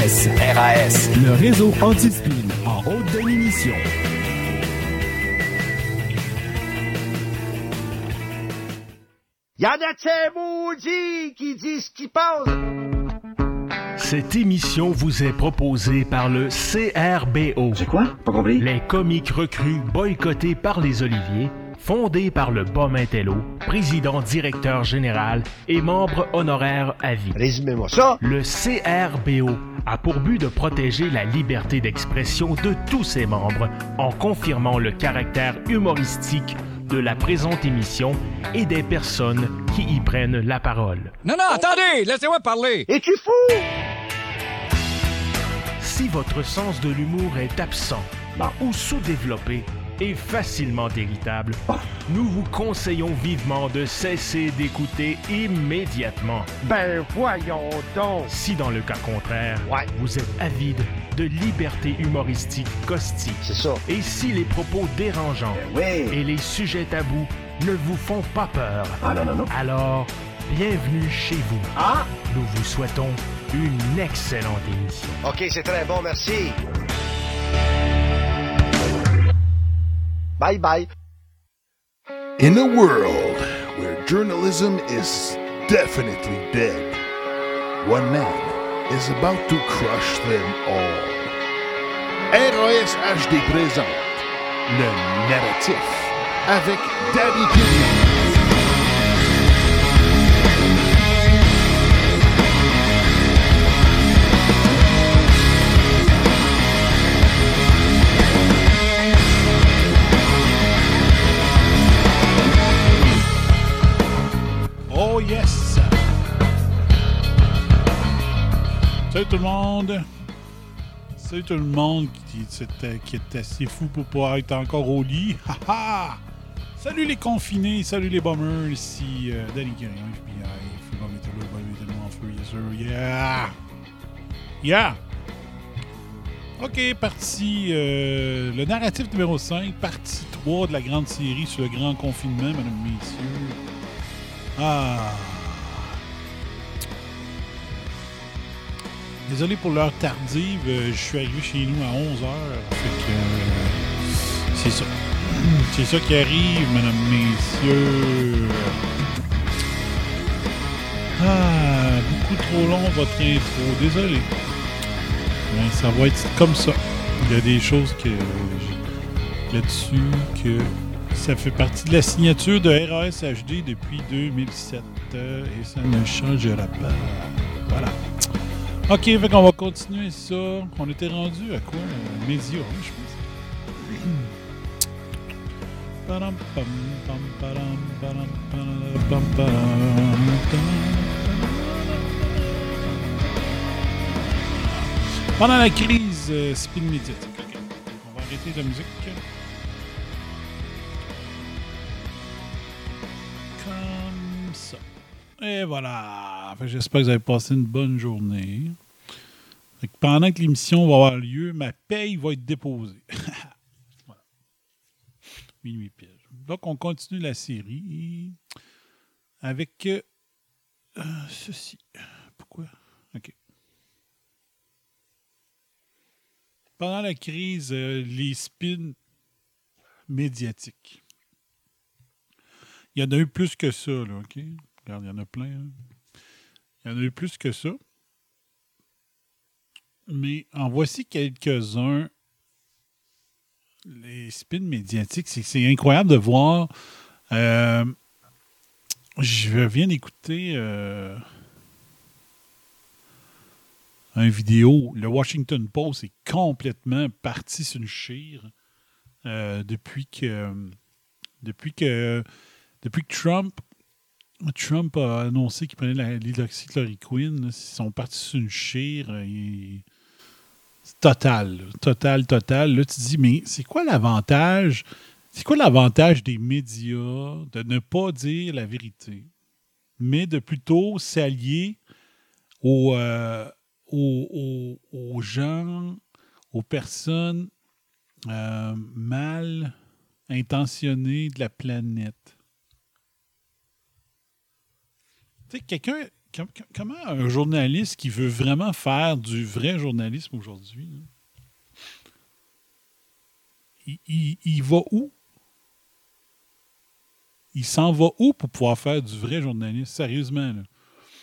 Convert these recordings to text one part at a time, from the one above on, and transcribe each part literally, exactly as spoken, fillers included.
S. R A S. Le réseau anti-spin en haute définition. Y'en a de ces maudits qui disent ce qu'ils pensent. Cette émission vous est proposée par le C R B O. C'est quoi? Pas compris. Les comiques recrues boycottés par les Oliviers, fondé par le Bas Intello, président directeur général et membre honoraire à vie. Résumez-moi ça. Le C R B O a pour but de protéger la liberté d'expression de tous ses membres en confirmant le caractère humoristique de la présente émission et des personnes qui y prennent la parole. Non, non, attendez! Laissez-moi parler! Es-tu fou? Si votre sens de l'humour est absent Bon. ou sous-développé et facilement irritable, Bon. nous vous conseillons vivement de cesser d'écouter immédiatement. Ben voyons donc. Si dans le cas contraire, Ouais. vous êtes avide de liberté humoristique caustique, C'est ça. et si les propos dérangeants Ben oui. et les sujets tabous ne vous font pas peur, Ah non, non, non. alors bienvenue chez vous. Ah! Nous vous souhaitons une excellente émission. OK, c'est très bon, merci. Bye bye. In a world where journalism is definitely dead, one man is about to crush them all. R A S H D présente le narratif avec Daddy Killian. Oh yes! Salut tout le monde! Salut tout le monde qui, qui, qui est assez fou pour pas être encore au lit. Ha ha! Salut les confinés, salut les bummers, ici euh, Danny Carrion, F B I, Freedom Metal, Boy Metal, en feu, yes sir, yeah! Yeah! Ok, partie, euh, le narratif numéro cinq, partie trois de la grande série sur le grand confinement, mesdames et messieurs. Ah. Désolé pour l'heure tardive, euh, je suis arrivé chez nous à onze heures. Fait que euh, c'est ça. C'est ça qui arrive, mesdames, messieurs. Ah, beaucoup trop long votre intro, désolé. Mais ça va être comme ça. Il y a des choses que j'ai là-dessus que ça fait partie de la signature de R A S H D depuis deux mille sept euh, et ça ne changera pas. Voilà. Ok, fait qu'on va continuer ça. On était rendu à quoi? Euh, Média, hein, je pense. Padam, pam, pam, padam, padam, padam, pam, padam, padam. Pendant la crise euh, spin médiatique. Okay. On va arrêter la musique. Comme ça. Et voilà. Fait que j'espère que vous avez passé une bonne journée. Fait que pendant que l'émission va avoir lieu, ma paye va être déposée. Voilà. Minuit pile. Donc, on continue la série avec euh, ceci. Pourquoi? OK. Pendant la crise, euh, les spins médiatiques. Il y en a eu plus que ça, là, OK? Regarde, il y en a plein. Hein? Il y en a eu plus que ça. Mais en voici quelques-uns. Les spins médiatiques, c'est, c'est incroyable de voir. Euh, je viens d'écouter euh, une vidéo. Le Washington Post est complètement parti sur une chire euh, depuis que depuis que depuis que Trump Trump a annoncé qu'il prenait la, l'hydroxychloroquine. Ils sont partis sur une chire. Et, c'est total, là, total, total. Là, tu te dis, mais c'est quoi l'avantage? C'est quoi l'avantage des médias de ne pas dire la vérité, mais de plutôt s'allier aux, euh, aux, aux, aux gens, aux personnes euh, mal intentionnées de la planète? Tu sais, quelqu'un, com- com- comment un journaliste qui veut vraiment faire du vrai journalisme aujourd'hui, là, il, il, il va où? Il s'en va où pour pouvoir faire du vrai journalisme? Sérieusement, là.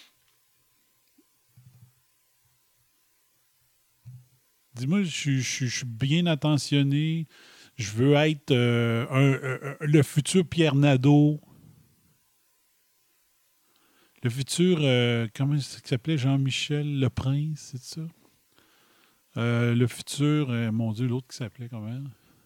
Dis-moi, je, suis- je, suis- je suis bien attentionné. Je veux être euh, un- un- un- le futur Pierre Nadeau. Le futur, euh, comment est-ce qu'il s'appelait? Jean-Michel Leprince, c'est ça? Euh, le futur, euh, mon Dieu, l'autre qui s'appelait comment?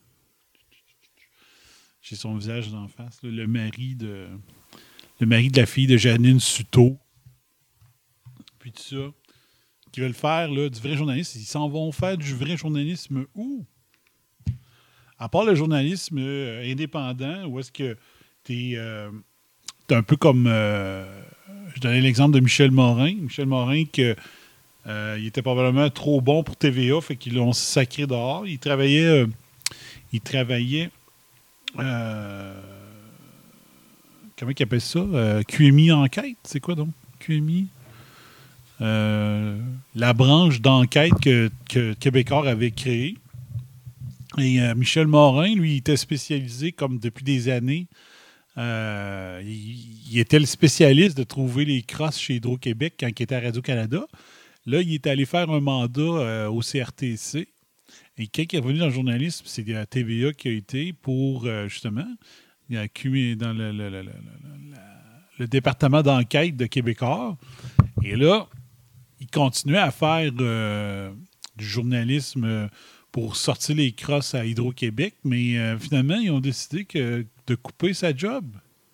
J'ai son visage d'en face. Là, le mari de le mari de la fille de Janine Suto. Puis tout ça. Qui veulent faire là, du vrai journalisme. Ils s'en vont faire du vrai journalisme où? À part le journalisme euh, indépendant, où est-ce que t'es euh, t'es un peu comme... Euh, je donnais l'exemple de Michel Morin. Michel Morin, que, euh, il était probablement trop bon pour T V A, fait qu'ils l'ont sacré dehors. Il travaillait... Euh, il travaillait... Euh, comment il appelle ça? Euh, Q M I Enquête, c'est quoi donc? Q M I? Euh, la branche d'enquête que, que Québécois avait créée. Et euh, Michel Morin, lui, il était spécialisé, comme depuis des années, euh, il, il était le spécialiste de trouver les crosses chez Hydro-Québec quand il était à Radio-Canada. Là, il est allé faire un mandat euh, au C R T C. Et quand il est revenu dans le journalisme, c'est la T V A qui a été pour, euh, justement, il a accumulé dans le, le, le, le, le, le département d'enquête de Québécois. Et là, il continuait à faire euh, du journalisme pour sortir les crosses à Hydro-Québec, mais euh, finalement, ils ont décidé que, de couper sa job.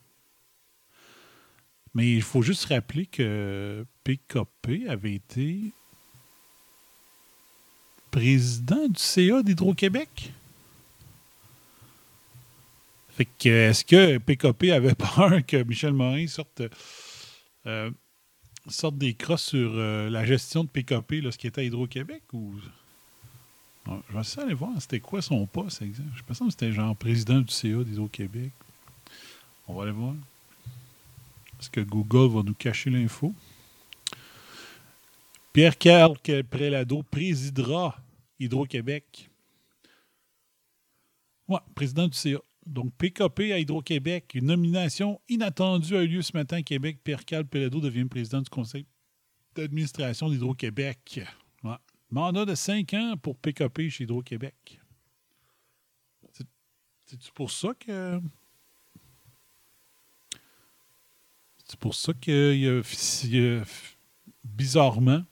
Mais il faut juste rappeler que P K P avait été président du C A d'Hydro-Québec. Fait que, est-ce que P K P avait peur que Michel Morin sorte, euh, sorte des crosses sur euh, la gestion de P K P, là, ce qui était à Hydro-Québec? Ou... Non, je vais essayer d'aller voir c'était quoi son poste, exact. Je pense que c'était genre président du C A d'Hydro-Québec. On va aller voir. Est-ce que Google va nous cacher l'info? Pierre-Carl Prelado présidera Hydro-Québec. Ouais, président du C A. Donc, P K P à Hydro-Québec. Une nomination inattendue a eu lieu ce matin à Québec. Pierre-Carl Prelado devient président du conseil d'administration d'Hydro-Québec. Ouais. Mandat de cinq ans pour P K P chez Hydro-Québec. C'est, c'est pour ça que... C'est pour ça qu'il y a, il y a bizarrement...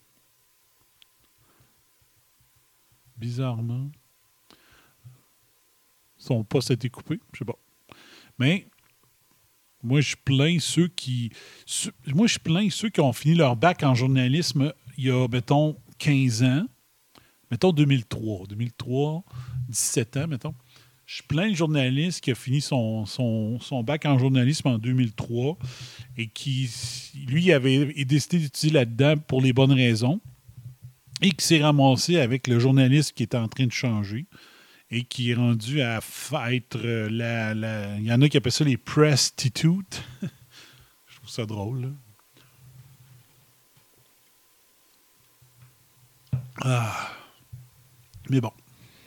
Bizarrement... Son poste a été coupé, je sais pas. Mais moi, je plains ceux qui... Ceux, moi, je plains ceux qui ont fini leur bac en journalisme il y a, mettons, quinze ans. Mettons deux mille trois. deux mille trois, dix-sept ans, mettons. Je plains le journaliste qui a fini son, son, son bac en journalisme en deux mille trois et qui, lui, avait décidé d'étudier là-dedans pour les bonnes raisons et qui s'est ramassé avec le journalisme qui était en train de changer et qui est rendu à être la... la il y en a qui appellent ça les prostitutes. Je trouve ça drôle, là. Ah. Mais bon.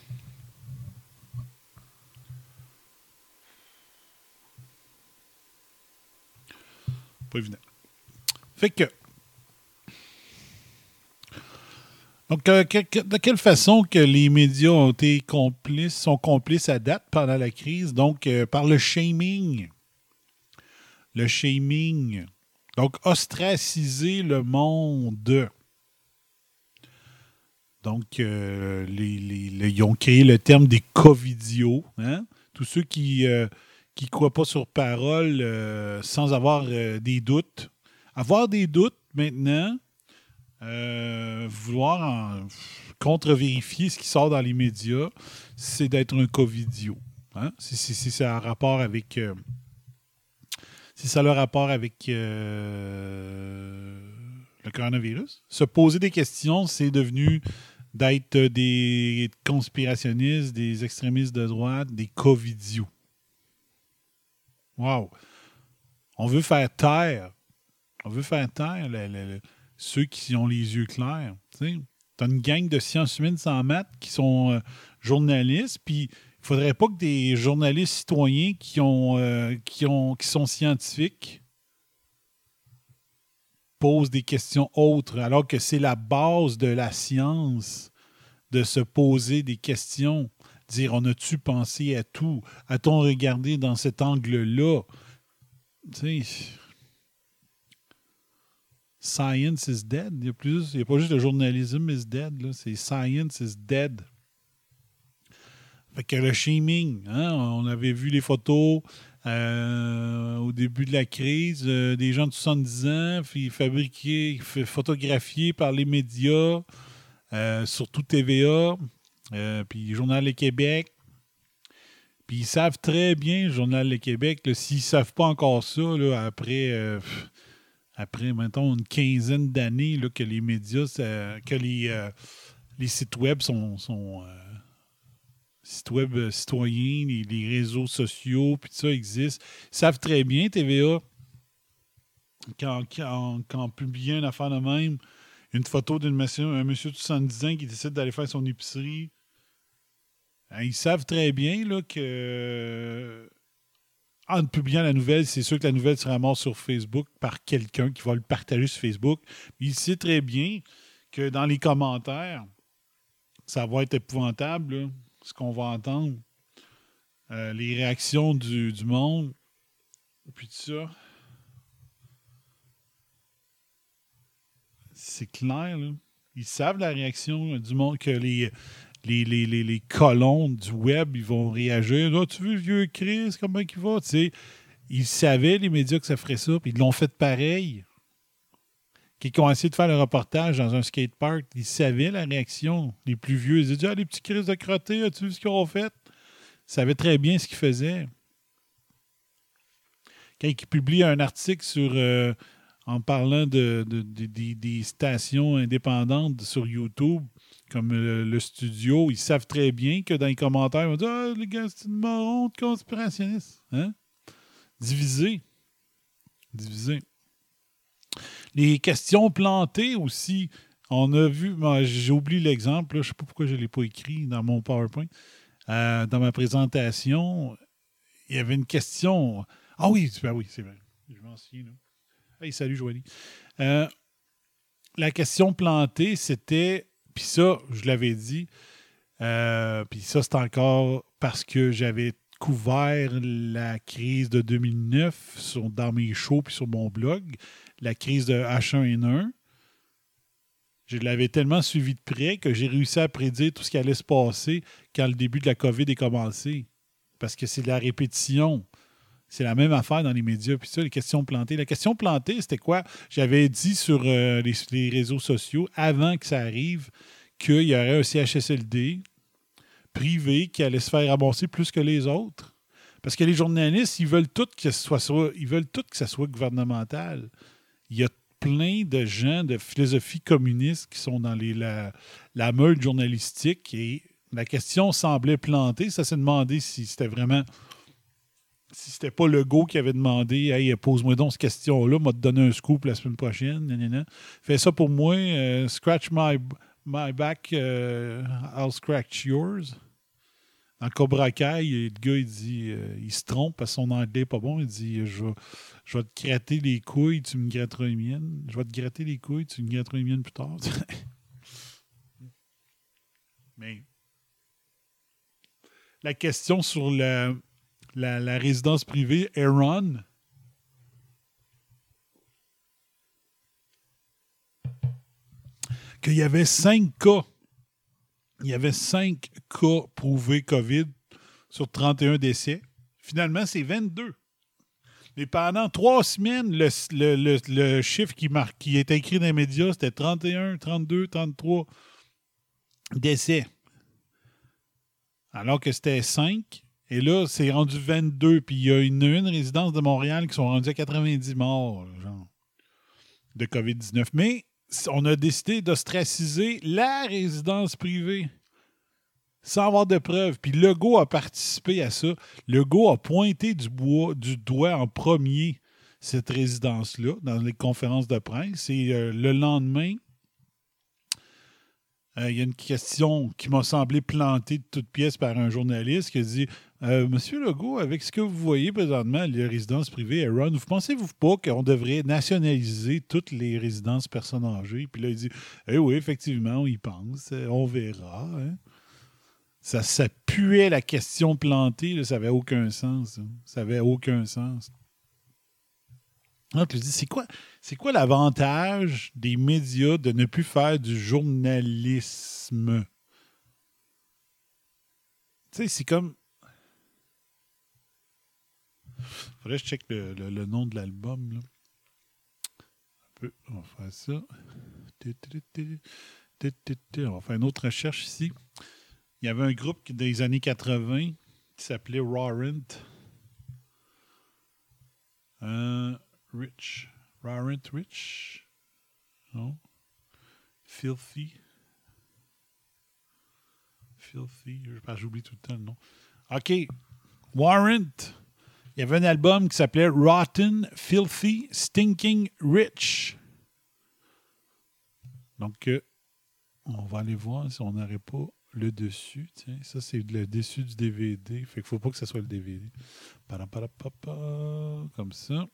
Pas évident. Fait que... Donc, euh, que, que, de quelle façon que les médias ont été complices, sont complices à date pendant la crise? Donc, euh, par le shaming. Le shaming. Donc, ostraciser le monde. Donc, euh, les, les, les, ils ont créé le terme des covidios. Hein? Tous ceux qui ne euh, croient pas sur parole euh, sans avoir euh, des doutes. Avoir des doutes maintenant... Euh, vouloir en contre-vérifier ce qui sort dans les médias, c'est d'être un covidio. Hein? Si, si, si ça a un rapport avec... Euh, si ça a le rapport avec euh, le coronavirus. Se poser des questions, c'est devenu d'être des conspirationnistes, des extrémistes de droite, des covidios. Wow! On veut faire taire On veut faire taire le, le, le, ceux qui ont les yeux clairs. Tu as une gang de sciences humaines sans maths qui sont euh, journalistes, puis il ne faudrait pas que des journalistes citoyens qui, ont, euh, qui, ont, qui sont scientifiques posent des questions autres, alors que c'est la base de la science de se poser des questions. Dire, on a-tu pensé à tout? A-t-on regardé dans cet angle-là? Tu sais, science is dead. Il n'y a, plus, il y a pas juste le journalisme is dead, là. C'est science is dead. Fait que le shaming, hein, on avait vu les photos euh, au début de la crise, euh, des gens de soixante-dix ans puis fabriqués, photographiés par les médias, euh, surtout T V A, euh, puis Journal Le Québec. Puis ils savent très bien, le Journal Le Québec, là, s'ils ne savent pas encore ça, là, après, euh, après, mettons, une quinzaine d'années là, que les médias, ça, que les, euh, les sites web sont, sont euh, sites web euh, citoyens, les, les réseaux sociaux, puis tout ça existe. Ils savent très bien, T V A, quand, quand, quand publie une affaire de même, une photo d'un monsieur, un monsieur de soixante-dix ans qui décide d'aller faire son épicerie. Ils savent très bien là, que en publiant la nouvelle, c'est sûr que la nouvelle sera morte sur Facebook par quelqu'un qui va le partager sur Facebook. Il sait très bien que dans les commentaires, ça va être épouvantable, là, ce qu'on va entendre. Euh, les réactions du, du monde. Puis tout ça. C'est clair, là. Ils savent la réaction du monde, que les... Les, les, les, les colons du web, ils vont réagir. Là, tu veux, vieux Chris, comment il va? Tu sais, ils savaient, les médias, que ça ferait ça, puis ils l'ont fait pareil. Qui ont essayé de faire le reportage dans un skatepark, ils savaient la réaction. Les plus vieux, ils disaient, ah, les petits Chris de crottés, as-tu vu ce qu'ils ont fait? Ils savaient très bien ce qu'ils faisaient. Quand ils publient un article sur... Euh, en parlant de, de, de, de, des stations indépendantes sur YouTube, comme le, le studio, ils savent très bien que dans les commentaires, ils vont dire « Ah, les gars, c'est une marron de conspirationniste. Hein? » Divisé. Divisé. Les questions plantées aussi. On a vu, moi, j'ai oublié l'exemple, là, je ne sais pas pourquoi je ne l'ai pas écrit dans mon PowerPoint. Euh, dans ma présentation, il y avait une question. Ah oui, ben oui, c'est vrai. Je m'en souviens, là. Hey, salut, Joanie. Euh, la question plantée, c'était, puis ça, je l'avais dit, euh, puis ça, c'est encore parce que j'avais couvert la crise de deux mille neuf sur, dans mes shows puis sur mon blog, la crise de H un N un. Je l'avais tellement suivi de près que j'ai réussi à prédire tout ce qui allait se passer quand le début de la COVID est commencé. Parce que c'est de la répétition. C'est la même affaire dans les médias. Puis ça, les questions plantées. La question plantée, c'était quoi? J'avais dit sur euh, les, les réseaux sociaux, avant que ça arrive, qu'il y aurait un C H S L D privé qui allait se faire ramasser plus que les autres. Parce que les journalistes, ils veulent tout que ce soit, ils veulent tout que ça soit gouvernemental. Il y a plein de gens de philosophie communiste qui sont dans les, la, la meute journalistique et la question semblait plantée. Ça s'est demandé si c'était vraiment... Si c'était pas Legault qui avait demandé « Hey, pose-moi donc cette question-là, m'a te donné un scoop la semaine prochaine. » Fais ça pour moi. Uh, scratch my, my back, uh, I'll scratch yours. Dans Cobra Kai, le gars, il dit, euh, il se trompe parce que son anglais n'est pas bon. Il dit, je vais, je vais te gratter les couilles, tu me gratteras les miennes. Je vais te gratter les couilles, tu me gratteras les miennes plus tard. Mais la question sur la... La, la résidence privée Aaron. Qu'il y avait cinq cas. Il y avait cinq cas prouvés COVID sur trente et un décès. Finalement, c'est vingt-deux. Mais pendant trois semaines, le, le, le, le chiffre qui, marque, qui était écrit dans les médias, c'était trente et un, trente-deux, trente-trois décès. Alors que c'était cinq. Et là, c'est rendu vingt-deux. Puis il y a une, une résidence de Montréal qui sont rendus à quatre-vingt-dix morts, genre, de covid dix-neuf. Mais on a décidé d'ostraciser la résidence privée sans avoir de preuves. Puis Legault a participé à ça. Legault a pointé du, bois, du doigt en premier cette résidence-là dans les conférences de presse. Et euh, le lendemain, il euh, y a une question qui m'a semblé plantée de toutes pièces par un journaliste qui a dit euh, « Monsieur Legault, avec ce que vous voyez présentement, les résidences privées à Run, vous pensez-vous pas qu'on devrait nationaliser toutes les résidences personnes âgées? » Puis là, il dit « Eh oui, effectivement, on y pense, on verra. Hein. » Ça, ça puait la question plantée, là, ça n'avait aucun sens. Hein. Ça n'avait aucun sens. Donc, je dis, c'est quoi, c'est quoi l'avantage des médias de ne plus faire du journalisme? Tu sais, c'est comme... Faudrait que je check le, le, le nom de l'album, là. Un peu, on va faire ça. On va faire une autre recherche ici. Il y avait un groupe des années quatre-vingts qui s'appelait Warrant. Euh... Rich. Warrant Rich? Non. Filthy. Filthy. J'oublie tout le temps le nom. OK. Warrant. Il y avait un album qui s'appelait Rotten, Filthy, Stinking Rich. Donc, euh, on va aller voir si on n'aurait pas le dessus. Tiens, ça, c'est le dessus du D V D. Fait qu'il ne faut pas que ce soit le D V D. Parapapapa, comme ça.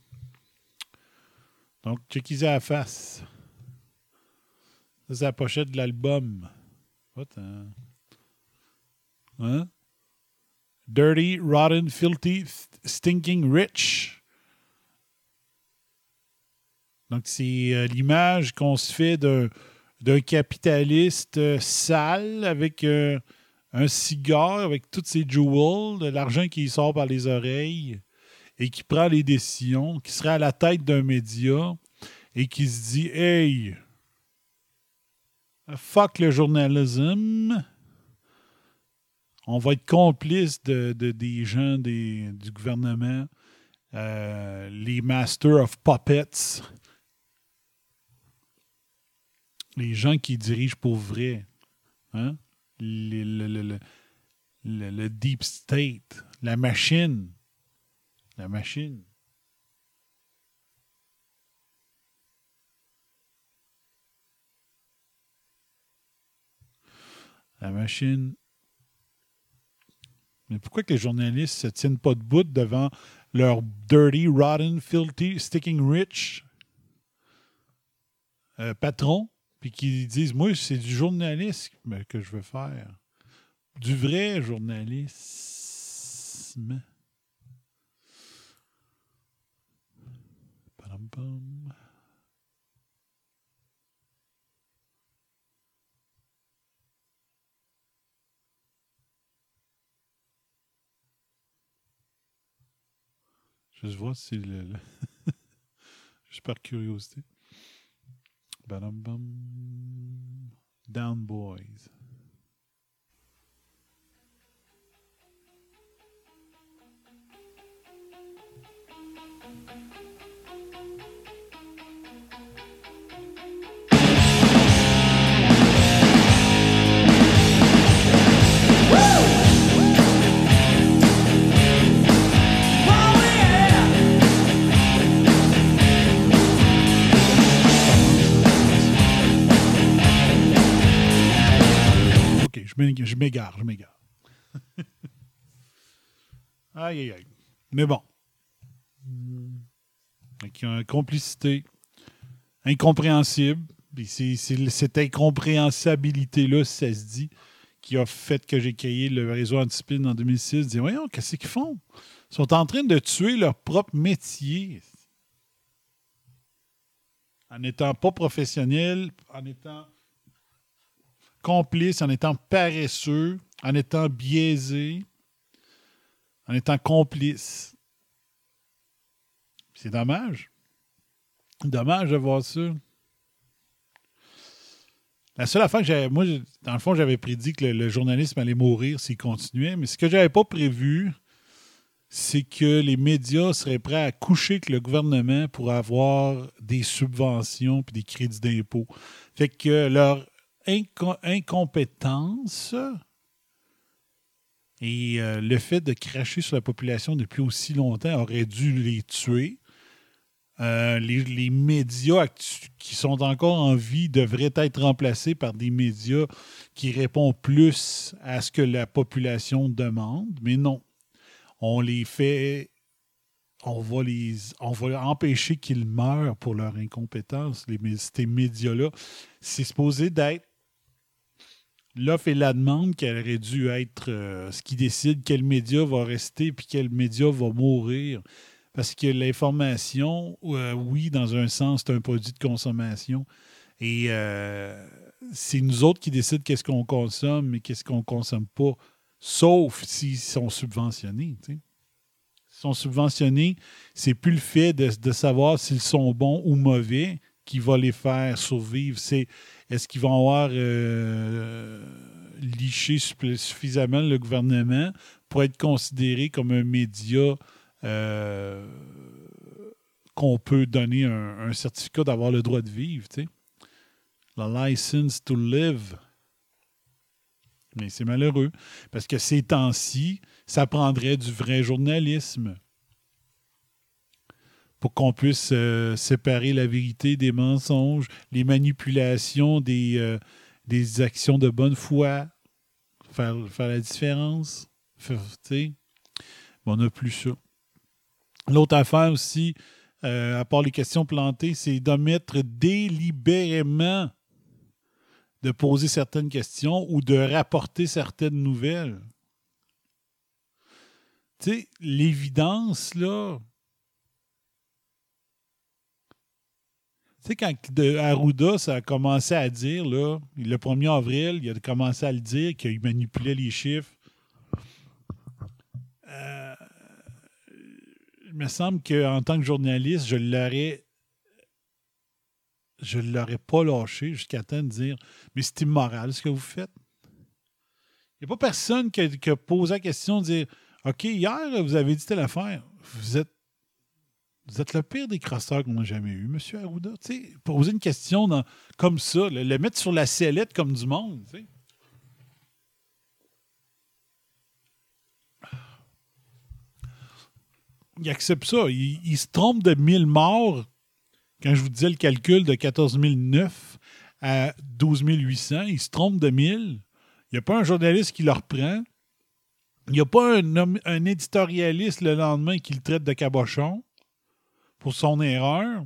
Donc, checkez à la face. Ça, c'est la pochette de l'album. Attends. Hein? Dirty, Rotten, Filthy, Stinking Rich. Donc, c'est euh, l'image qu'on se fait d'un, d'un capitaliste euh, sale avec euh, un cigare, avec tous ses jewels, de l'argent qui sort par les oreilles. Et qui prend les décisions, qui serait à la tête d'un média et qui se dit « Hey, fuck le journalisme, on va être complice de, de, des gens des, du gouvernement, euh, les Masters of Puppets, les gens qui dirigent pour vrai, hein? le, le, le, le, le, le Deep State, la machine. » La machine. La machine. Mais pourquoi que les journalistes ne se tiennent pas debout devant leur dirty, rotten, filthy, sticking rich euh, patron, puis qu'ils disent, moi, c'est du journalisme que je veux faire. Du vrai journalisme. Pam. Juste voir si le... le juste par curiosité. Bam, bam. Down Boys. Je m'égare, je m'égare. Aïe, aïe, aïe. Mais bon. Avec une complicité incompréhensible. Puis c'est, c'est cette incompréhensibilité-là, si ça se dit, qui a fait que j'ai créé le réseau Antispin en deux mille six. Dire, voyons, qu'est-ce qu'ils font? Ils sont en train de tuer leur propre métier. En n'étant pas professionnels, en étant complices, en étant paresseux, en étant biaisés, en étant complices. C'est dommage. Dommage de voir ça. La seule affaire que j'avais... Moi, dans le fond, j'avais prédit que le, le journalisme allait mourir s'il continuait, mais ce que j'avais pas prévu, c'est que les médias seraient prêts à coucher avec le gouvernement pour avoir des subventions puis des crédits d'impôt. Fait que leur inco- incompétence et euh, le fait de cracher sur la population depuis aussi longtemps aurait dû les tuer. Euh, les, les médias actu- qui sont encore en vie devraient être remplacés par des médias qui répondent plus à ce que la population demande. Mais non, on les fait... On va, les, on va empêcher qu'ils meurent pour leur incompétence. Les, ces médias-là, c'est supposé d'être l'offre et la demande qui aurait dû être euh, ce qui décide quel média va rester puis quel média va mourir. Parce que l'information, euh, oui, dans un sens, c'est un produit de consommation. Et euh, c'est nous autres qui décident qu'est-ce qu'on consomme et qu'est-ce qu'on ne consomme pas, sauf s'ils sont subventionnés. Tu sais. S'ils sont subventionnés, c'est plus le fait de, de savoir s'ils sont bons ou mauvais qui va les faire survivre. C'est est-ce qu'ils vont avoir euh, liché suffisamment le gouvernement pour être considérés comme un média euh, qu'on peut donner un, un certificat d'avoir le droit de vivre, tu sais. La license to live. Mais c'est malheureux, parce que ces temps-ci, ça prendrait du vrai journalisme pour qu'on puisse euh, séparer la vérité des mensonges, les manipulations des, euh, des actions de bonne foi, faire, faire la différence. Faire, tu sais, on n'a plus ça. L'autre affaire aussi, euh, à part les questions plantées, c'est d'omettre délibérément de poser certaines questions ou de rapporter certaines nouvelles. Tu sais, l'évidence, là... Tu sais, quand de Arruda, ça a commencé à dire, là, le premier avril, il a commencé à le dire, qu'il manipulait les chiffres. Euh, il me semble qu'en tant que journaliste, je l'aurais... je ne l'aurais pas lâché jusqu'à temps de dire « Mais c'est immoral ce que vous faites. » Il n'y a pas personne qui a, qui a posé la question de dire « OK, hier, vous avez dit telle affaire. Vous êtes, vous êtes le pire des crosseurs qu'on a jamais eu, M. Arruda. » Tu sais, poser une question dans, comme ça, le, le mettre sur la sellette comme du monde. Tu sais. Il accepte ça. Il, il se trompe de mille morts. Quand je vous disais le calcul de quatorze mille neuf à douze mille huit cents, il se trompe de mille. Il n'y a pas un journaliste qui le reprend. Il n'y a pas un, un éditorialiste le lendemain qui le traite de cabochon pour son erreur.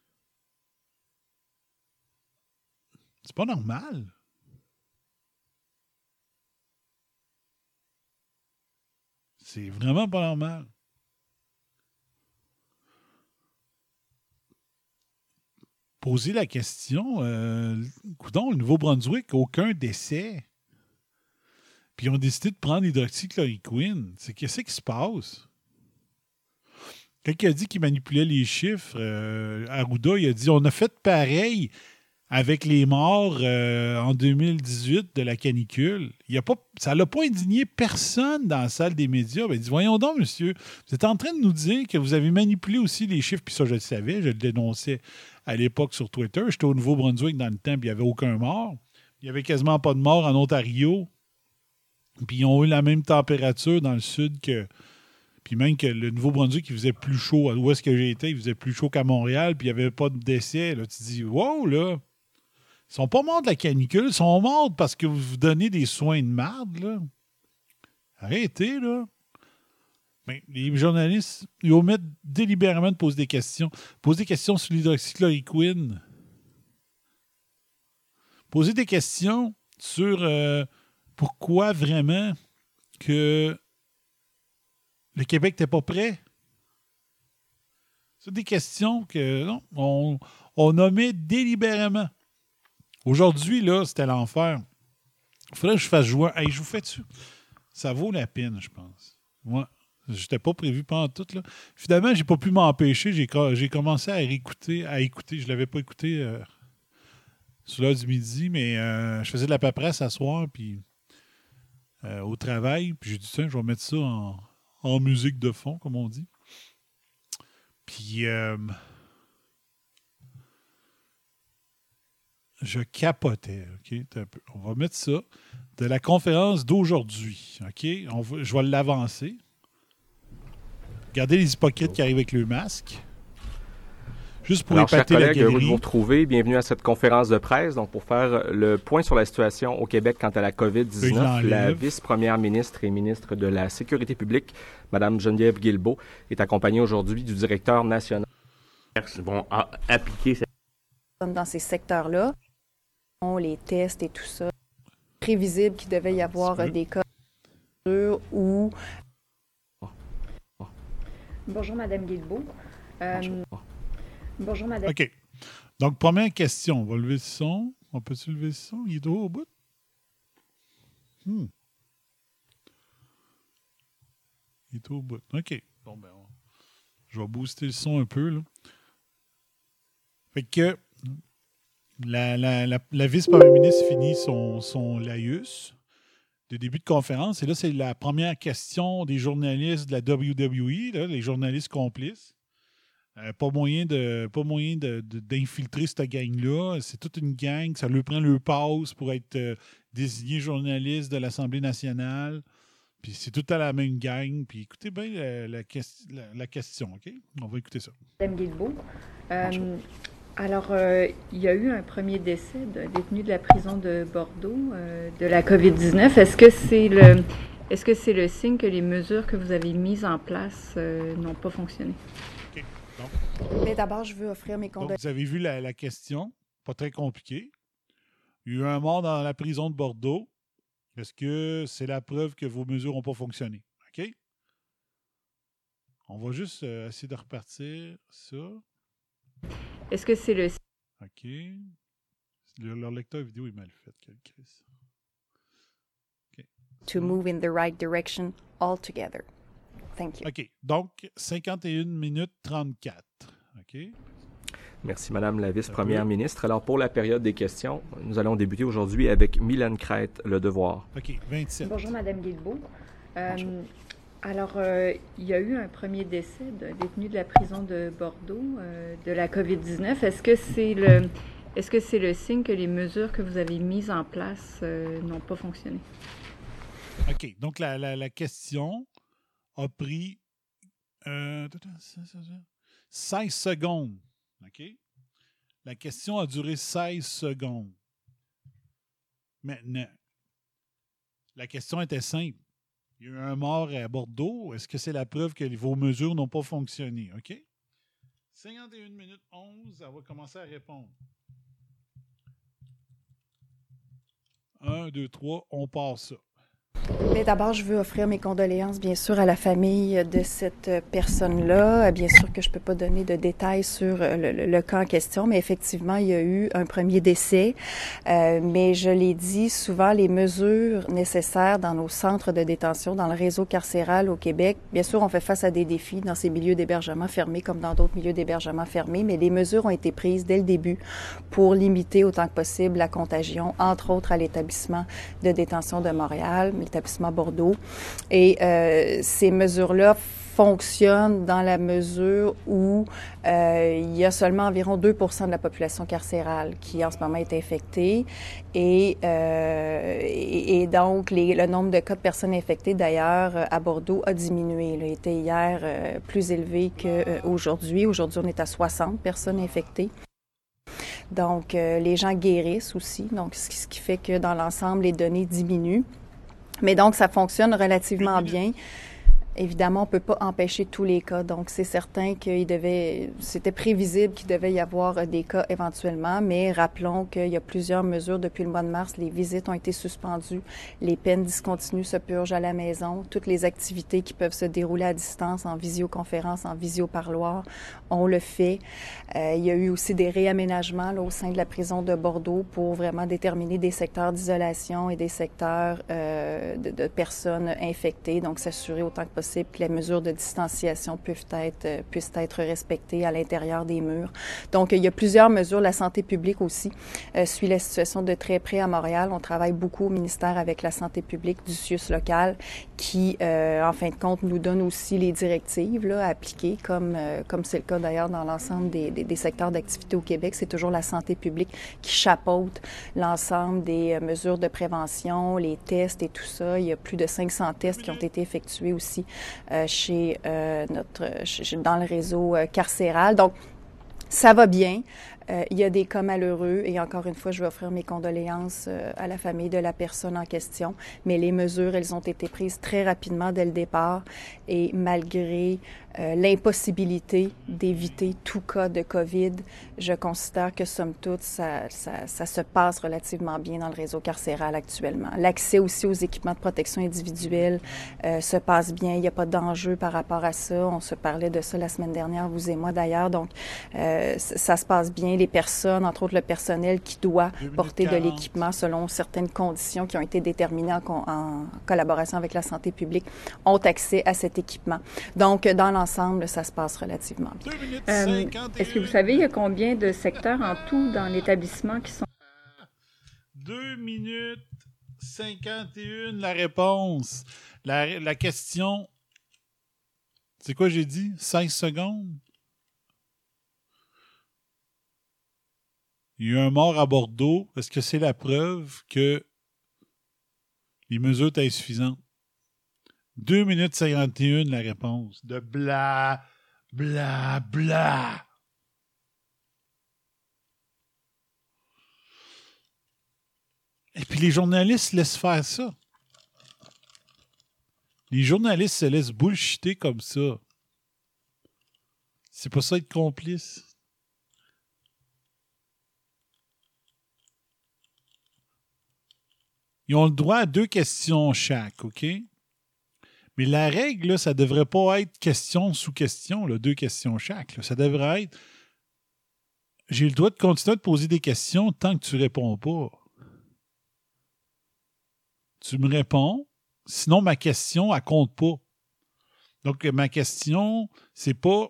C'est pas normal. C'est vraiment pas normal. Poser la question, euh, coudonc, le Nouveau-Brunswick, aucun décès. Puis ils ont décidé de prendre l'hydroxychloroquine. C'est qu'est-ce qui se passe? Quelqu'un a dit qu'il manipulait les chiffres. Euh, Arruda, il a dit on a fait pareil avec les morts euh, en deux mille dix-huit de la canicule. Il y a pas, ça n'a pas indigné personne dans la salle des médias. Ben, il dit voyons donc, monsieur, vous êtes en train de nous dire que vous avez manipulé aussi les chiffres, puis ça, je le savais, je le dénonçais à l'époque sur Twitter. J'étais au Nouveau-Brunswick dans le temps, puis il n'y avait aucun mort. Il n'y avait quasiment pas de mort en Ontario. Puis ils ont eu la même température dans le sud que... Puis même que le Nouveau-Brunswick, il faisait plus chaud. Où est-ce que j'ai été, il faisait plus chaud qu'à Montréal, puis il n'y avait pas de décès. Là, tu te dis, wow, là, ils sont pas morts de la canicule, ils sont morts parce que vous vous donnez des soins de marde, là. Arrêtez, là. Mais les journalistes, ils omettent délibérément de poser des questions. Poser des questions sur l'hydroxychloroquine. Poser des questions sur euh, pourquoi vraiment que le Québec n'était pas prêt. C'est des questions que non, on, on omet délibérément. Aujourd'hui, là, c'était l'enfer. Il faudrait que je fasse jouer. Hey, je vous fais dessus. Ça vaut la peine, je pense. Moi, je n'étais pas prévu pendant tout. Là. Finalement, j'ai pas pu m'empêcher. J'ai, j'ai commencé à réécouter, à écouter. Je ne l'avais pas écouté euh, sur l'heure du midi, mais euh, je faisais de la paperasse à soir, puis euh, au travail. Puis j'ai dit, tiens, je vais mettre ça en, en musique de fond, comme on dit. Puis... Euh, je capotais, OK? On va mettre ça de la conférence d'aujourd'hui, OK? On va, je vais l'avancer. Regardez les hypocrites qui arrivent avec le masque. Juste pour Alors, chers épater la collègues, heureux de galerie. vous retrouver. Bienvenue à cette conférence de presse. Donc, pour faire le point sur la situation au Québec quant à la covid dix-neuf, la vice-première ministre et ministre de la Sécurité publique, Mme Geneviève Guilbeault, est accompagnée aujourd'hui du directeur national. Vont appliquer cette... Dans ces secteurs-là, les tests et tout ça, prévisible qu'il devait y avoir euh, des cas où... Bonjour, Mme Guilbeault. Euh, Bonjour. Bonjour, Mme. OK. Donc, première question. On va lever le son. On peut-tu lever le son? Il est haut au bout? Hmm. Il est au bout. OK. Bon, ben, on... je vais booster le son un peu, là. Fait que la, la, la, la vice-première ministre finit son, son laïus de début de conférence. Et là, c'est la première question des journalistes de la W W E, là, les journalistes complices. Euh, pas moyen de pas moyen de, de, d'infiltrer cette gang-là. C'est toute une gang. Ça leur prend leur passe pour être euh, désigné journaliste de l'Assemblée nationale. Puis c'est tout à la même gang. Puis écoutez bien la, la, la, la question, OK? On va écouter ça. Mme Guilbeault. Euh, alors, euh, il y a eu un premier décès d'un détenu de la prison de Bordeaux euh, de la covid dix-neuf. Est-ce que c'est le est-ce que c'est le signe que les mesures que vous avez mises en place euh, n'ont pas fonctionné? OK. Donc, Mais d'abord, je veux offrir mes donc, condoléances. vous avez vu la, la question. Pas très compliquée. Il y a eu un mort dans la prison de Bordeaux. Est-ce que c'est la preuve que vos mesures n'ont pas fonctionné? OK? On va juste euh, essayer de repartir ça. Est-ce que c'est le OK. Le, leur lecteur vidéo est mal fait. Quelle crise. OK. To move in the right direction altogether. Thank you. OK. Donc, cinquante et une minutes trente-quatre. OK. Merci, Madame la vice-première ministre. Alors, pour la période des questions, nous allons débuter aujourd'hui avec Mylène Crête, Le Devoir. OK. vingt-sept. Bonjour, Mme Guilbeault. Euh, alors, euh, il y a eu un premier décès d'un détenu de la prison de Bordeaux euh, de la covid dix-neuf. Est-ce que c'est le est-ce que c'est le signe que les mesures que vous avez mises en place euh, n'ont pas fonctionné? OK. Donc, la, la, la question a pris euh, seize secondes. OK? La question a duré seize secondes. Maintenant, la question était simple. Il y a eu un mort à Bordeaux. Est-ce que c'est la preuve que vos mesures n'ont pas fonctionné? OK? cinquante et une minutes onze, elle va commencer à répondre. un, deux, trois, on passe ça. Mais d'abord, je veux offrir mes condoléances, bien sûr, à la famille de cette personne-là. Bien sûr que je ne peux pas donner de détails sur le, le, le cas en question, mais effectivement, il y a eu un premier décès. Euh, mais je l'ai dit, souvent, les mesures nécessaires dans nos centres de détention, dans le réseau carcéral au Québec, bien sûr, on fait face à des défis dans ces milieux d'hébergement fermés comme dans d'autres milieux d'hébergement fermés, mais les mesures ont été prises dès le début pour limiter autant que possible la contagion, entre autres à l'établissement de détention de Montréal, l'établissement Bordeaux. Et euh, ces mesures-là fonctionnent dans la mesure où euh, il y a seulement environ deux pour cent de la population carcérale qui en ce moment est infectée. Et, euh, et, et donc, les, le nombre de cas de personnes infectées, d'ailleurs, à Bordeaux a diminué. Il était hier euh, plus élevé qu'aujourd'hui. Aujourd'hui, on est à soixante personnes infectées. Donc, euh, les gens guérissent aussi. Donc, ce qui, ce qui fait que dans l'ensemble, les données diminuent. Mais donc, ça fonctionne relativement bien. Évidemment, on ne peut pas empêcher tous les cas. Donc, c'est certain qu'il devait, c'était prévisible qu'il devait y avoir des cas éventuellement, mais rappelons qu'il y a plusieurs mesures depuis le mois de mars. Les visites ont été suspendues, les peines discontinues se purgent à la maison, toutes les activités qui peuvent se dérouler à distance, en visioconférence, en visioparloir, on le fait. Euh, il y a eu aussi des réaménagements là, au sein de la prison de Bordeaux pour vraiment déterminer des secteurs d'isolation et des secteurs euh, de, de personnes infectées, donc s'assurer autant que possible que les mesures de distanciation peuvent être, euh, puissent être respectées à l'intérieur des murs. Donc, il y a plusieurs mesures. La santé publique aussi euh, suit la situation de très près à Montréal. On travaille beaucoup au ministère avec la santé publique du C I U S local qui, euh, en fin de compte, nous donne aussi les directives là, à appliquer, comme euh, comme c'est le cas d'ailleurs dans l'ensemble des, des, des secteurs d'activité au Québec. C'est toujours la santé publique qui chapeaute l'ensemble des euh, mesures de prévention, les tests et tout ça. Il y a plus de cinq cents tests qui ont été effectués aussi Euh, chez euh, notre chez, dans le réseau euh, carcéral. Donc, Ça va bien. Euh, il y a des cas malheureux et encore une fois, je vais offrir mes condoléances euh, à la famille de la personne en question. Mais les mesures, elles ont été prises très rapidement dès le départ et malgré euh, l'impossibilité d'éviter tout cas de COVID, je considère que somme toute, ça, ça, ça se passe relativement bien dans le réseau carcéral actuellement. L'accès aussi aux équipements de protection individuelle euh, se passe bien. Il n'y a pas d'enjeu par rapport à ça. On se parlait de ça la semaine dernière, vous et moi d'ailleurs. Donc, euh, ça se passe bien. Les personnes, entre autres le personnel qui doit porter de l'équipement selon certaines conditions qui ont été déterminées en, en collaboration avec la santé publique, ont accès à cet équipement. Donc, dans l'ensemble, ça se passe relativement bien. Euh, est-ce que vous savez, il y a combien de secteurs en tout dans l'établissement qui sont... deux minutes cinquante et une, la réponse. La, la question... C'est quoi j'ai dit? seize secondes? Il y a eu un mort à Bordeaux. Est-ce que c'est la preuve que les mesures étaient insuffisantes? deux minutes cinquante et une, la réponse. De bla, bla, bla. Et puis les journalistes laissent faire ça. Les journalistes se laissent bullshiter comme ça. C'est pas ça être complice. Ils ont le droit à deux questions chaque, OK? Mais la règle, là, ça devrait pas être question sous question, là, deux questions chaque. Là. Ça devrait être... J'ai le droit de continuer de poser des questions tant que tu réponds pas. Tu me réponds, sinon ma question, elle compte pas. Donc, ma question, c'est pas...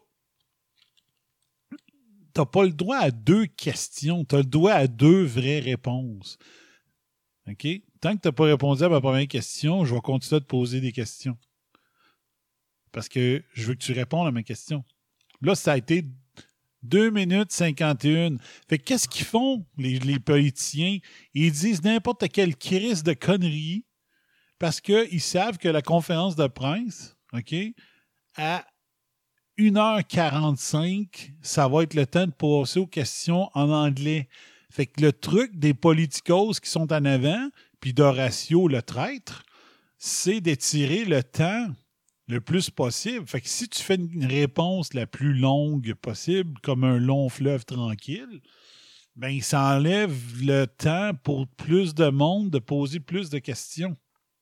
T'as pas le droit à deux questions. T'as le droit à deux vraies réponses. OK? Tant que tu n'as pas répondu à ma première question, je vais continuer à te poser des questions. Parce que je veux que tu répondes à ma question. Là, ça a été deux minutes cinquante et une. Fait que qu'est-ce qu'ils font, les, les politiciens? Ils disent n'importe quelle crise de conneries parce qu'ils savent que la conférence de presse, OK, à une heure quarante-cinq, ça va être le temps de passer aux questions en anglais. Fait que le truc des politicos qui sont en avant, puis d'Horatio le traître, c'est d'étirer le temps le plus possible. Fait que si tu fais une réponse la plus longue possible, comme un long fleuve tranquille, ben ça enlève le temps pour plus de monde de poser plus de questions.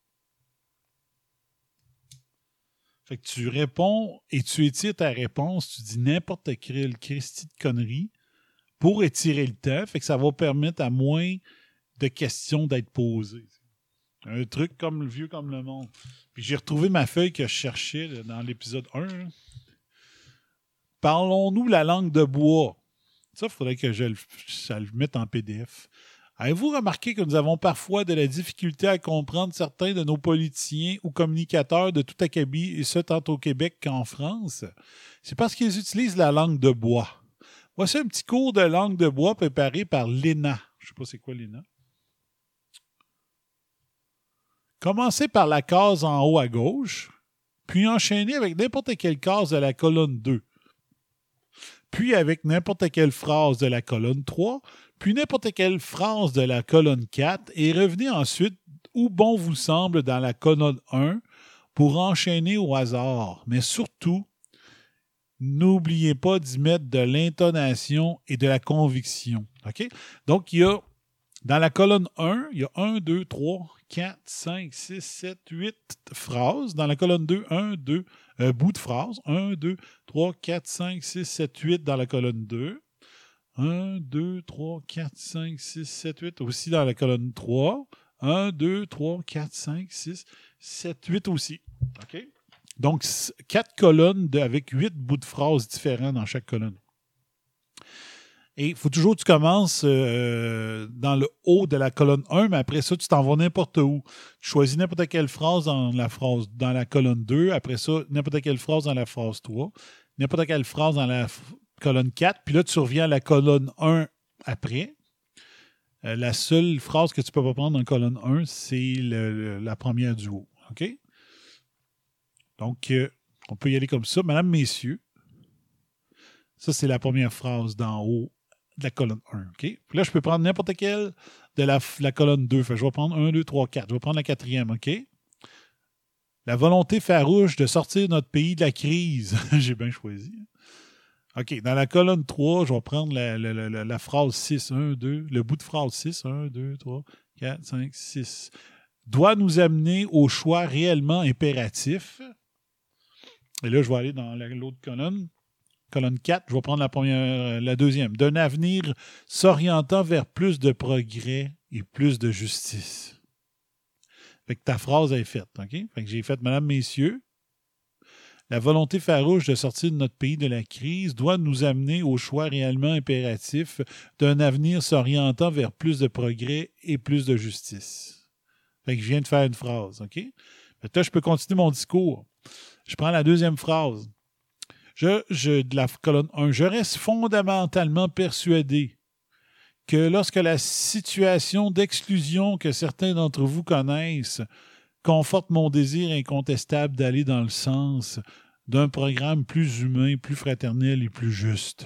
Fait que tu réponds et tu étires ta réponse, tu dis n'importe quelle Christie de connerie pour étirer le temps, fait que ça va permettre à moins de questions d'être posées. Un truc comme le vieux comme le monde. Puis j'ai retrouvé ma feuille que je cherchais là, dans l'épisode un. Là. Parlons-nous la langue de bois. Ça, il faudrait que je le, je le mette en P D F. Avez-vous remarqué que nous avons parfois de la difficulté à comprendre certains de nos politiciens ou communicateurs de tout acabit, et ce tant au Québec qu'en France? C'est parce qu'ils utilisent la langue de bois. Voici un petit cours de langue de bois préparé par l'E N A. Je ne sais pas c'est quoi l'E N A. Commencez par la case en haut à gauche, puis enchaînez avec n'importe quelle case de la colonne deux, puis avec n'importe quelle phrase de la colonne trois, puis n'importe quelle phrase de la colonne quatre, et revenez ensuite où bon vous semble dans la colonne un pour enchaîner au hasard. Mais surtout, n'oubliez pas d'y mettre de l'intonation et de la conviction. OK? Donc, il y a, dans la colonne un, il y a un, deux, trois, quatre, cinq, six, sept, huit phrases. Dans la colonne deux, un, deux, euh, bout de phrase. un, deux, trois, quatre, cinq, six, sept, huit dans la colonne deux. un, deux, trois, quatre, cinq, six, sept, huit aussi dans la colonne trois. un, deux, trois, quatre, cinq, six, sept, huit aussi. OK? Donc, quatre colonnes de, avec huit bouts de phrases différents dans chaque colonne. Et il faut toujours que tu commences euh, dans le haut de la colonne un, mais après ça, tu t'en vas n'importe où. Tu choisis n'importe quelle phrase dans la phrase dans la colonne deux, après ça, n'importe quelle phrase dans la phrase trois, n'importe quelle phrase dans la f- colonne quatre, puis là, tu reviens à la colonne un après. Euh, la seule phrase que tu ne peux pas prendre dans la colonne un, c'est le, le, la première du haut. OK? Donc, euh, on peut y aller comme ça. Mesdames, messieurs, Ça, c'est la première phrase d'en haut de la colonne un. OK? Puis là, je peux prendre n'importe quelle de la, la colonne deux. Fait que je vais prendre un, deux, trois, quatre. Je vais prendre la quatrième. OK? La volonté farouche de sortir notre pays de la crise. J'ai bien choisi. OK. Dans la colonne trois, je vais prendre la, la, la, la phrase six. un, deux. Le bout de phrase six. un, deux, trois, quatre, cinq, six. Doit nous amener au choix réellement impératif. Et là, je vais aller dans la, l'autre colonne. Colonne quatre, je vais prendre la première, la deuxième. D'un avenir s'orientant vers plus de progrès et plus de justice. Fait que ta phrase est faite, OK? Fait que j'ai fait, Madame, Messieurs, la volonté farouche de sortir de notre pays de la crise doit nous amener au choix réellement impératif d'un avenir s'orientant vers plus de progrès et plus de justice. Fait que je viens de faire une phrase, OK? Fait que là, je peux continuer mon discours. Je prends la deuxième phrase. Je, je, de la colonne un, je reste fondamentalement persuadé que lorsque la situation d'exclusion que certains d'entre vous connaissent conforte mon désir incontestable d'aller dans le sens d'un programme plus humain, plus fraternel et plus juste.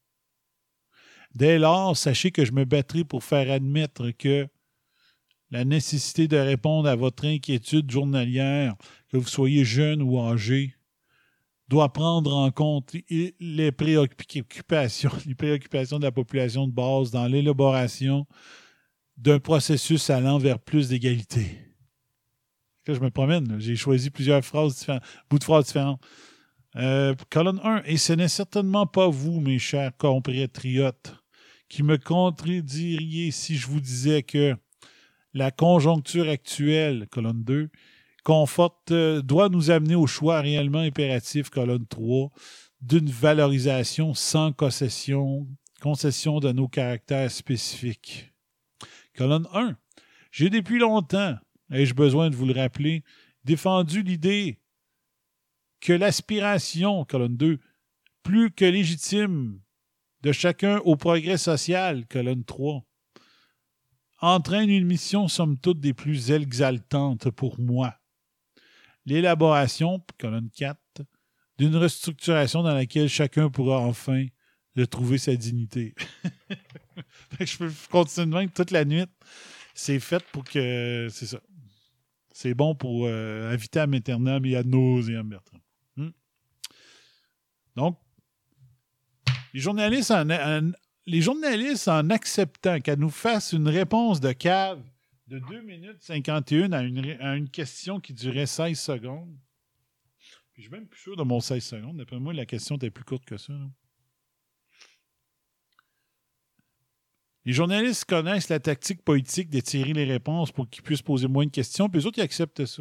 Dès lors, sachez que je me battrai pour faire admettre que la nécessité de répondre à votre inquiétude journalière, que vous soyez jeune ou âgé, doit prendre en compte les préoccupations, les préoccupations de la population de base dans l'élaboration d'un processus allant vers plus d'égalité. Là, je me promène, là. J'ai choisi plusieurs phrases différentes, bouts de phrases différentes. Euh, colonne un, et ce n'est certainement pas vous, mes chers compatriotes, qui me contrediriez si je vous disais que la conjoncture actuelle, colonne deux, conforte, euh, doit nous amener au choix réellement impératif, colonne trois, d'une valorisation sans concession, concession de nos caractères spécifiques. Colonne un. J'ai depuis longtemps, ai-je besoin de vous le rappeler, défendu l'idée que l'aspiration, colonne deux, plus que légitime de chacun au progrès social, colonne trois, entraîne une mission somme toute des plus exaltantes pour moi. L'élaboration, colonne quatre, d'une restructuration dans laquelle chacun pourra enfin retrouver sa dignité. Je peux continuer de même toute la nuit. C'est fait pour que... C'est ça. C'est bon pour euh, inviter à Méternam et à nauseam, Bertrand. Hmm. Donc, les journalistes, en, en, les journalistes, en acceptant qu'elle nous fasse une réponse de cave de deux minutes cinquante et un à une, à une question qui durait seize secondes. Puis je suis même plus sûr de mon seize secondes. D'après moi, la question était plus courte que ça. Là. Les journalistes connaissent la tactique politique d'étirer les réponses pour qu'ils puissent poser moins de questions, puis les autres, ils acceptent ça.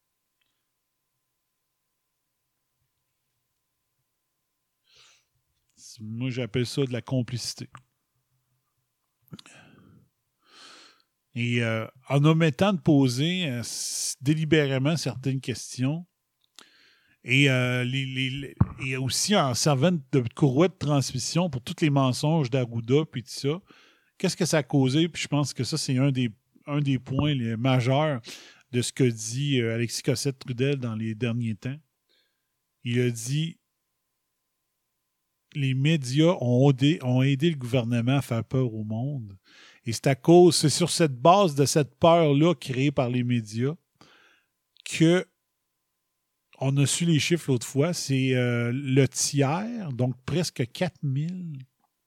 Moi, j'appelle ça de la complicité. Et euh, en omettant de poser euh, délibérément certaines questions, et, euh, les, les, et aussi en servant de courroie de transmission pour tous les mensonges d'Arruda, puis tout ça, qu'est-ce que ça a causé? Puis je pense que ça, c'est un des, un des points les majeurs de ce que dit euh, Alexis Cossette-Trudel dans les derniers temps. Il a dit les médias ont aidé, ont aidé le gouvernement à faire peur au monde. Et c'est à cause, c'est sur cette base de cette peur-là créée par les médias que on a su les chiffres l'autre fois. C'est euh, le tiers, donc presque quatre mille.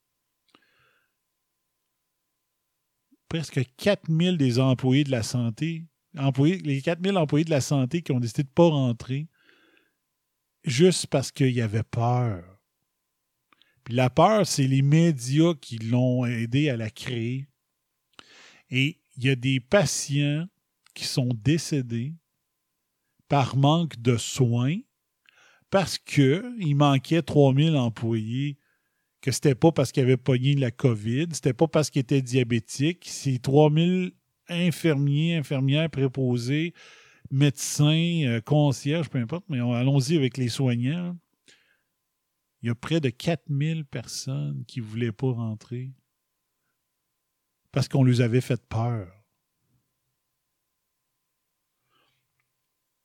Presque quatre mille des employés de la santé, employés, les quatre mille employés de la santé qui ont décidé de ne pas rentrer juste parce qu'il y avait peur. Puis la peur, c'est les médias qui l'ont aidé à la créer. Et il y a des patients qui sont décédés par manque de soins parce qu'il manquait trois mille employés, que c'était pas parce qu'ils avaient pogné la COVID, c'était pas parce qu'ils étaient diabétiques. C'est trois mille infirmiers, infirmières préposés, médecins, euh, concierges, peu importe, mais on, allons-y avec les soignants. Il y a près de quatre mille personnes qui ne voulaient pas rentrer parce qu'on leur avait fait peur.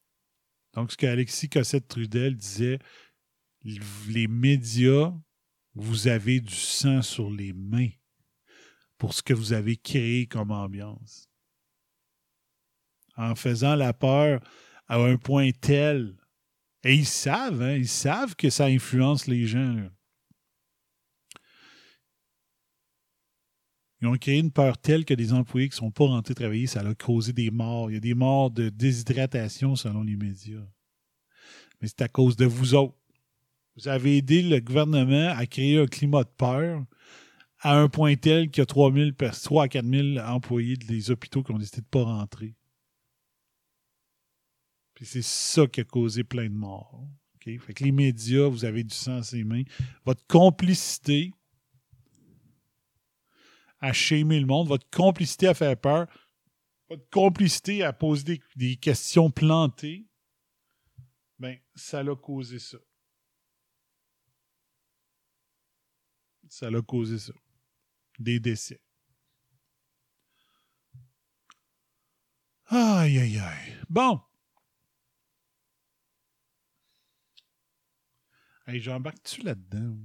Donc, ce qu'Alexis Cossette-Trudel disait, les médias vous avez du sang sur les mains pour ce que vous avez créé comme ambiance. En faisant la peur à un point tel, et ils savent, hein, ils savent que ça influence les gens, là. Ils ont créé une peur telle que des employés qui ne sont pas rentrés travailler, ça a causé des morts. Il y a des morts de déshydratation selon les médias. Mais c'est à cause de vous autres. Vous avez aidé le gouvernement à créer un climat de peur à un point tel qu'il y a trois à quatre mille employés des hôpitaux qui ont décidé de ne pas rentrer. Puis c'est ça qui a causé plein de morts. Okay? Fait que les médias, vous avez du sang à ses mains. Votre complicité à shamer le monde, votre complicité à faire peur, votre complicité à poser des, des questions plantées, ben, ça l'a causé ça. Ça l'a causé ça. Des décès. Aïe, aïe, aïe. Bon. Hey, j'embarque-tu là-dedans?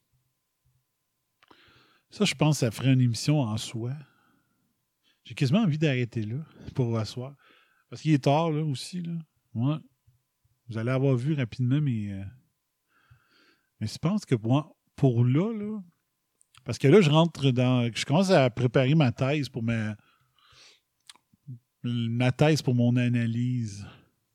Ça, je pense que ça ferait une émission en soi. J'ai quasiment envie d'arrêter là pour asseoir. Parce qu'il est tard, là, aussi, là. Ouais. Vous allez avoir vu rapidement, mais... Euh, mais je pense que pour, pour là, là... Parce que là, je rentre dans... Je commence à préparer ma thèse pour ma... Ma thèse pour mon analyse.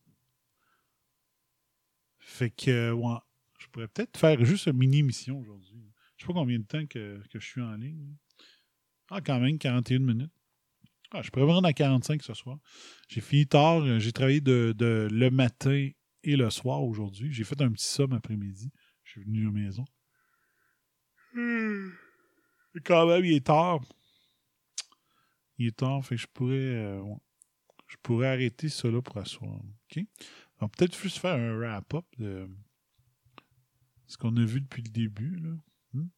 Fait que, ouais. Je pourrais peut-être faire juste une mini-émission aujourd'hui. Je ne sais pas combien de temps que, que je suis en ligne. Ah, quand même, quarante et une minutes. Ah, je pourrais me rendre à quarante-cinq ce soir. J'ai fini tard. J'ai travaillé de, de le matin et le soir aujourd'hui. J'ai fait un petit somme après-midi. Je suis venu à la maison. Hum. Quand même, il est tard. Il est tard, fait que je pourrais... Euh, ouais. Je pourrais arrêter ça là pour asseoir. OK? Donc, peut-être juste faire un wrap-up de ce qu'on a vu depuis le début, là. Hmm?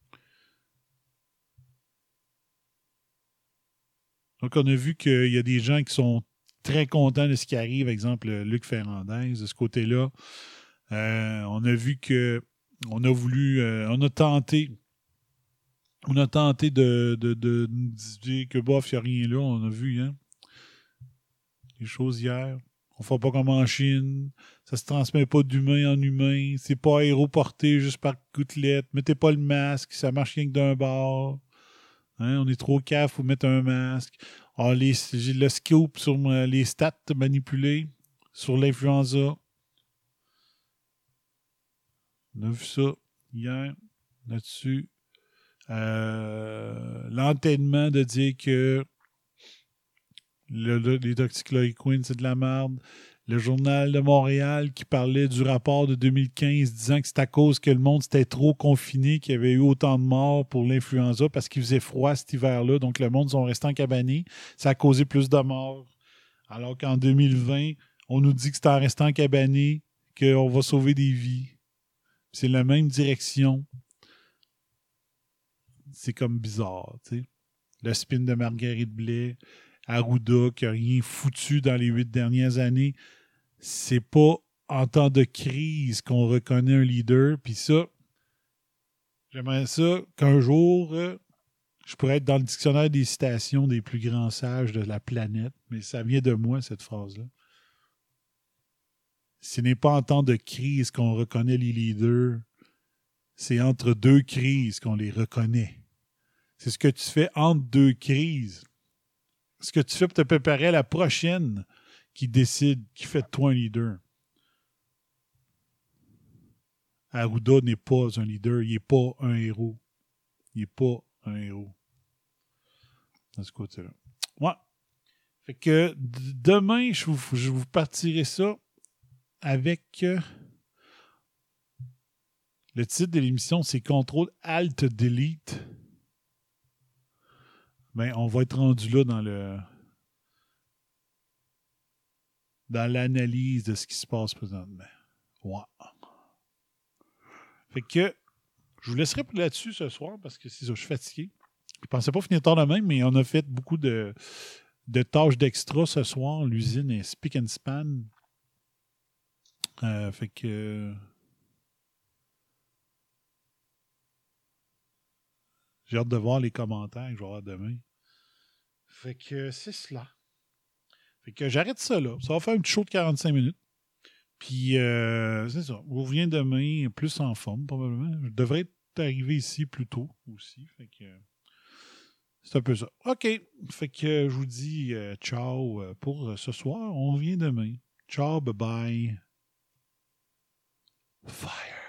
Donc, on a vu qu'il y a des gens qui sont très contents de ce qui arrive, exemple Luc Ferrandez, de ce côté-là. Euh, on a vu que on a voulu, euh, on a tenté, on a tenté de, de, de, de dire que bof, il n'y a rien là, on a vu, hein, les choses hier. On ne fait pas comme en Chine. Ça se transmet pas d'humain en humain. C'est pas aéroporté juste par gouttelette. Mettez pas le masque. Ça marche rien que d'un bord. Hein, on est trop cave, il faut mettre un masque. Alors, les, j'ai le scoop sur les stats manipulés sur l'influenza. On a vu ça hier là-dessus. Euh, l'entêtement de dire que Le, le, les doxychloroquine, c'est de la merde. Le Journal de Montréal qui parlait du rapport de deux mille quinze disant que c'est à cause que le monde s'était trop confiné qu'il y avait eu autant de morts pour l'influenza parce qu'il faisait froid cet hiver-là. Donc, le monde sont restés encabanés. Ça a causé plus de morts. Alors qu'en deux mille vingt, on nous dit que c'est en restant encabané qu'on va sauver des vies. C'est la même direction. C'est comme bizarre, tu sais. Le spin de Marguerite Blais, Arruda, qui n'a rien foutu dans les huit dernières années. C'est pas en temps de crise qu'on reconnaît un leader. Puis ça, j'aimerais ça qu'un jour, euh, je pourrais être dans le dictionnaire des citations des plus grands sages de la planète. Mais ça vient de moi, cette phrase-là. Ce n'est pas en temps de crise qu'on reconnaît les leaders. C'est entre deux crises qu'on les reconnaît. C'est ce que tu fais entre deux crises. Ce que tu fais pour te préparer à la prochaine qui décide, qui fait de toi un leader. Arruda n'est pas un leader, il n'est pas un héros. Il n'est pas un héros. Dans ce côté-là. Ouais. Fait que d- demain, je vous, je vous partirai ça avec euh, le titre de l'émission, c'est Contrôle Alt Delete. Ben, on va être rendu là dans le dans l'analyse de ce qui se passe présentement. Ouais. Fait que je vous laisserai là-dessus ce soir parce que c'est ça, je suis fatigué. Je pensais pas finir tard de même, mais on a fait beaucoup de, de tâches d'extra ce soir. L'usine est spick and span. Euh, fait que J'ai hâte de voir les commentaires que je vais avoir demain. Fait que c'est cela. Fait que j'arrête ça là. Ça va faire un petit show de quarante-cinq minutes. Puis, euh, c'est ça. On revient demain plus en forme, probablement. Je devrais être arrivé ici plus tôt aussi. Fait que c'est un peu ça. OK. Fait que je vous dis euh, ciao pour ce soir. On revient demain. Ciao, bye-bye. Fire.